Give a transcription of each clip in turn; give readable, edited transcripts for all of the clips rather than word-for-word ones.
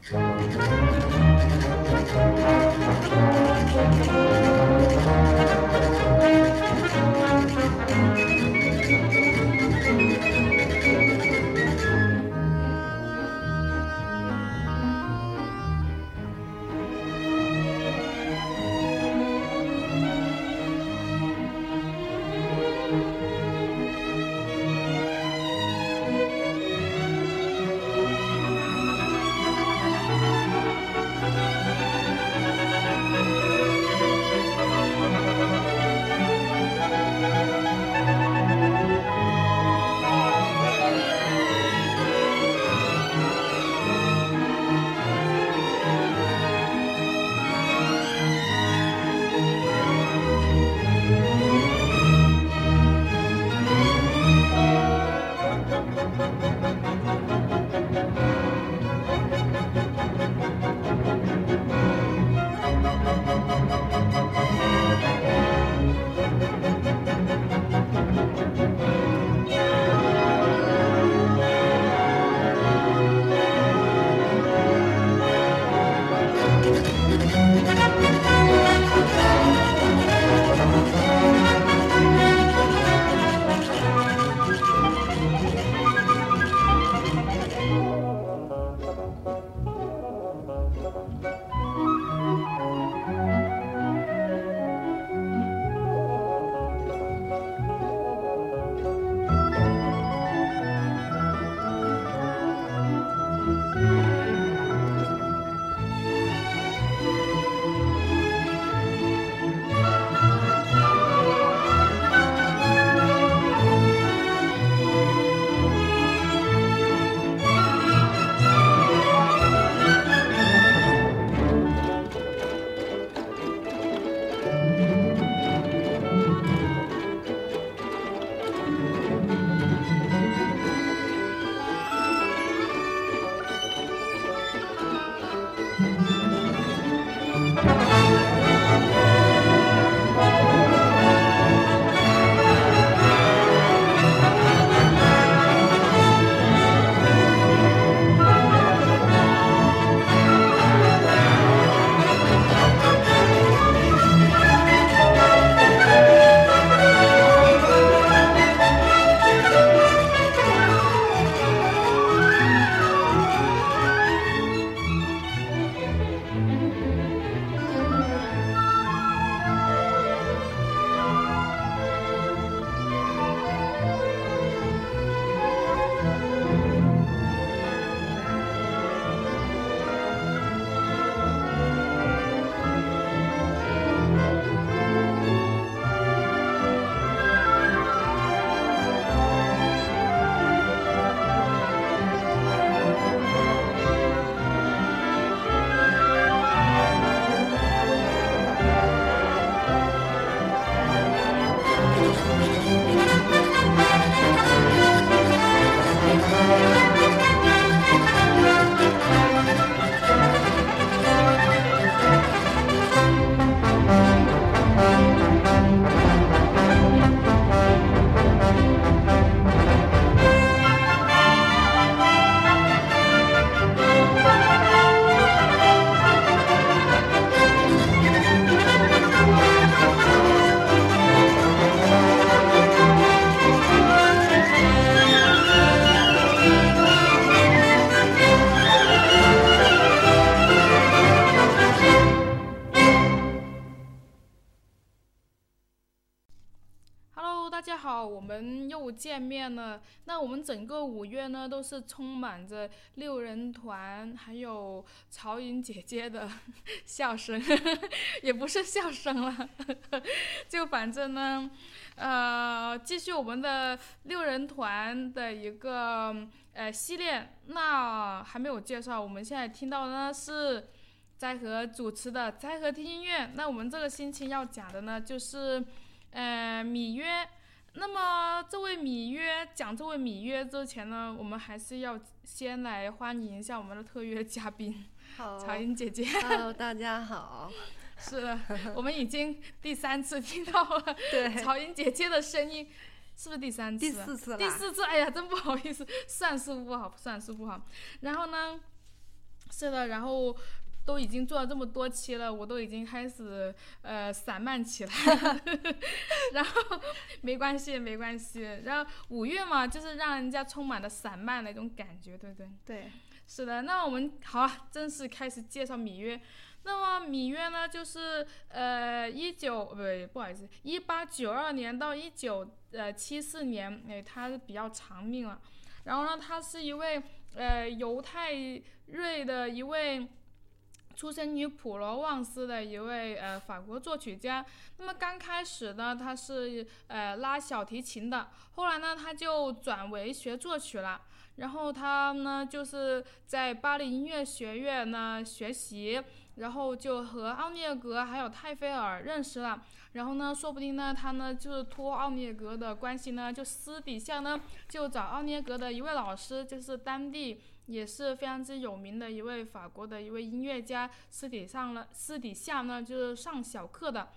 我们又见面了。那我们整个5月呢，都是充满着6人团还有曹颖姐姐的笑声，也不是笑声了，就反正呢，继续我们的6人团的一个系列。那还没有介绍，我们现在听到的呢是斋和主持的斋和听音乐。那我们这个星期要讲的呢就是芈约。那么这位芈约，讲这位芈约之前呢，我们还是要先来欢迎一下我们的特约嘉宾曹颖姐姐。 Hello， 大家好。 是的，我们已经第3次听到了曹颖姐姐的声音，是不是第3次？ 第4次了。 第4次，哎呀，真不好意思，算数不好。然后呢， 是的，然后都已经做了这么多期了，我都已经开始散漫起来了。然后没关系没关系，然后5月嘛，就是让人家充满了散漫的那种感觉，对不对？ 对， 是的，那我们好啊，正式开始介绍芈月。那么芈月呢，就是不好意思，1892年到1974年，她比较长命了。然后呢，她是一位犹太裔的一位出生于普罗旺斯的一位法国作曲家。那么刚开始呢，他是拉小提琴的，后来呢他就转为学作曲了。然后他呢就是在巴黎音乐学院呢学习，然后就和奥涅格还有泰菲尔认识了。然后呢，说不定呢他呢就是托奥涅格的关系呢，就私底下呢就找奥涅格的一位老师，就是当地也是非常之有名的一位法国的一位音乐家，私底下呢就是上小课的。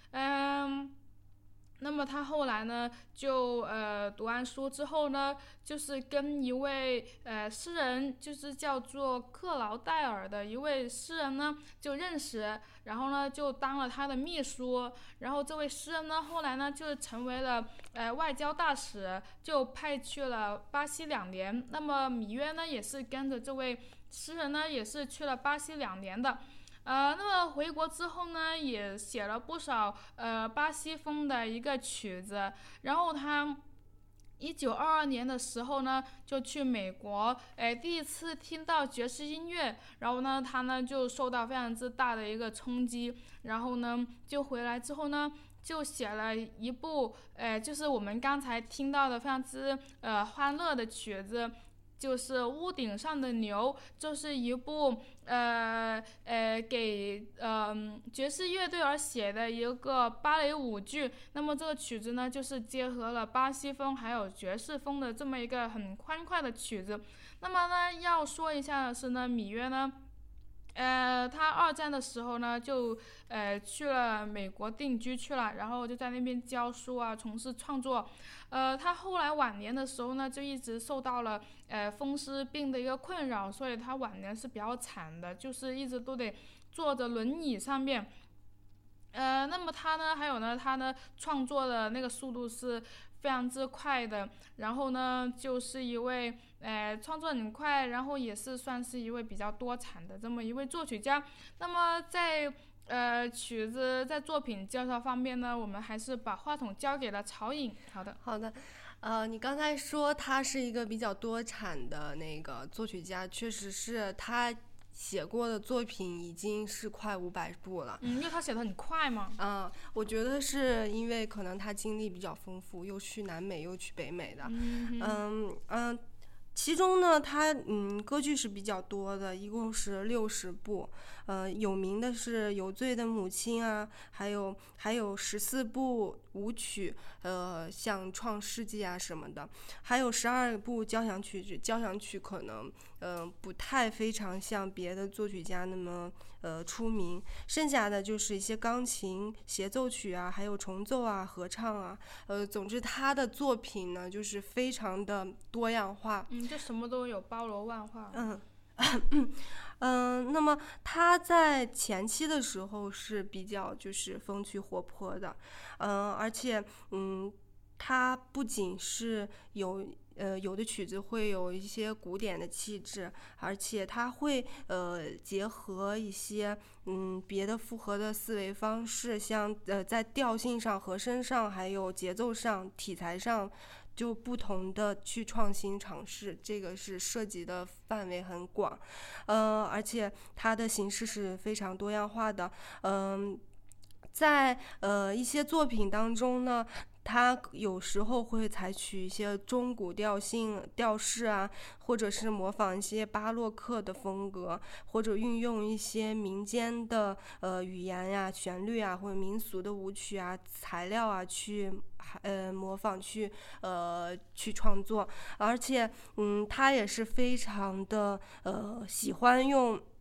那么他后来呢，就读完书之后呢，就是跟一位诗人，就是叫做克劳戴尔的一位诗人呢就认识，然后呢就当了他的秘书。然后这位诗人呢后来呢就成为了外交大使，就派去了巴西2年。那么芈月呢也是跟着这位诗人呢也是去了巴西2年的。那么回国之后呢，也写了不少巴西风的一个曲子。然后他1922年的时候呢，就去美国，第一次听到爵士音乐。然后呢，他呢就受到非常之大的一个冲击。然后呢，就回来之后呢，就写了一部就是我们刚才听到的非常之欢乐的曲子。就是屋顶上的牛，就是一部给爵士乐队而写的一个芭蕾舞剧。那么这个曲子呢，就是结合了巴西风还有爵士风的这么一个很欢快的曲子。那么呢，要说一下的是呢，芈月呢。他2战的时候呢，就去了美国定居去了，然后就在那边教书啊，从事创作。他后来晚年的时候呢，就一直受到了风湿病的一个困扰，所以他晚年是比较惨的，就是一直都得坐着轮椅上面。那么他呢，还有呢，他呢创作的那个速度是非常之快的。然后呢，就是一位创作很快，然后也是算是一位比较多产的这么一位作曲家。那么在曲子在作品介绍方面呢，我们还是把话筒交给了曹颖。好的。 你刚才说他是一个比较多产的那个作曲家，确实是他写过的作品已经是快500部了。 因为他写的很快嘛。 我觉得是因为可能他经历比较丰富，又去南美又去北美的。其中呢，他歌剧是比较多的，一共是60部。有名的是《有罪的母亲》啊，还有14部舞曲，像《创世纪》啊什么的，还有12部交响曲。交响曲可能不太非常像别的作曲家那么出名，剩下的就是一些钢琴协奏曲啊，还有重奏啊、合唱啊。总之他的作品呢就是非常的多样化。 就什么都有，包罗万化。 那么他在前期的时候是比较就是风趣活泼的，而且他不仅是有的曲子会有一些古典的气质，而且他会结合一些别的复合的思维方式，像在调性上、和声上，还有节奏上、题材上，就不同的去创新尝试，这个是涉及的范围很广。而且它的形式是非常多样化的。在一些作品当中呢，它有时候会采取一些中古调式啊，或者是模仿一些巴洛克的风格，或者运用一些民间的语言呀、旋律啊，或者民俗的舞曲啊、材料啊去模仿去创作。而且他也是非常的喜欢用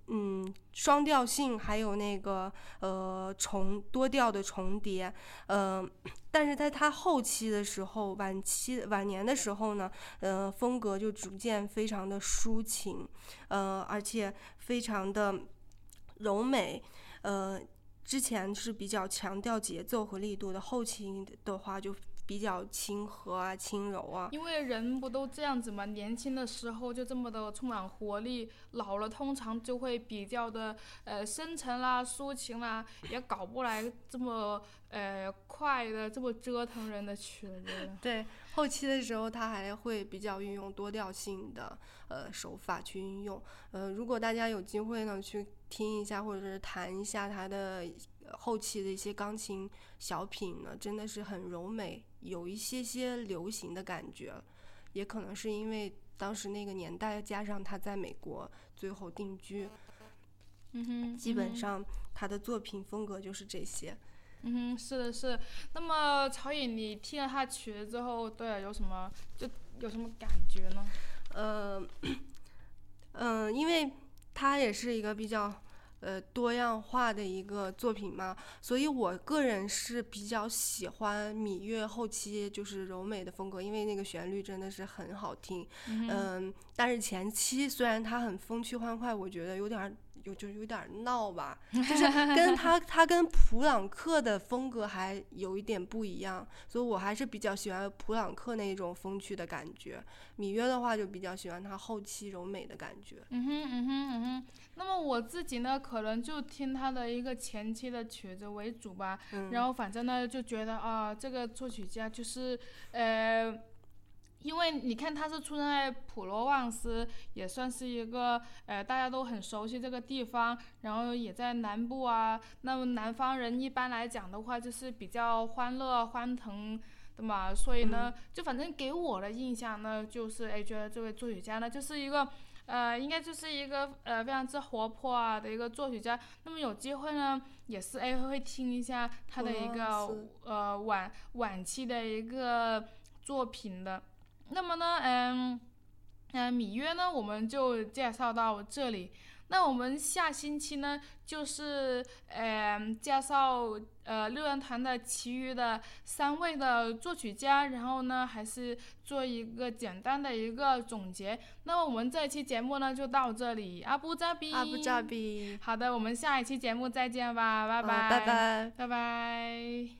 双调性，还有那个多调的重叠，但是在他后期的时候，晚年的时候呢，风格就逐渐非常的抒情，而且非常的柔美，之前是比较强调节奏和力度的，后期的话就比较亲和啊、轻柔啊。 因为人不都这样子嘛，年轻的时候就这么的充满活力，老了通常就会比较的深沉啦、抒情啦，也搞不来这么快的、这么折腾人的曲子。 对，后期的时候他还会比较运用多调性的手法去运用。如果大家有机会呢，去听一下或者是弹一下他的后期的一些钢琴小品呢，真的是很柔美，有一些流行的感觉，也可能是因为当时那个年代加上他在美国最后定居，基本上他的作品风格就是这些。 是的，是的。那么曹颖，你听了他曲子之后，对有什么感觉呢？ 因为它也是一个比较多样化的一个作品嘛，所以我个人是比较喜欢芈月后期就是柔美的风格，因为那个旋律真的是很好听。但是前期虽然它很风趣欢快，我觉得有点闹吧，就是跟他跟普朗克的风格还有一点不一样，所以我还是比较喜欢普朗克那种风趣的感觉。芈月的话就比较喜欢他后期柔美的感觉。 那么我自己呢，可能就听他的一个前期的曲子为主吧，然后反正呢就觉得啊，这个作曲家就是因为你看他是出生在普罗旺斯，也算是一个大家都很熟悉这个地方，然后也在南部啊。那么南方人一般来讲的话，就是比较欢乐欢腾的嘛，所以呢，就反正给我的印象呢，就是觉得这位作曲家呢，就是一个应该就是一个非常之活泼啊的一个作曲家。那么有机会呢，也是会听一下他的一个晚期的一个作品的。那么呢，芈月呢，我们就介绍到这里。那我们下星期呢，就是介绍六人团的其余的3位的作曲家，然后呢，还是做一个简单的一个总结。那么我们这一期节目呢，就到这里。阿布扎比。 好的， 我们下一期节目再见吧，拜拜。 拜拜。 拜拜。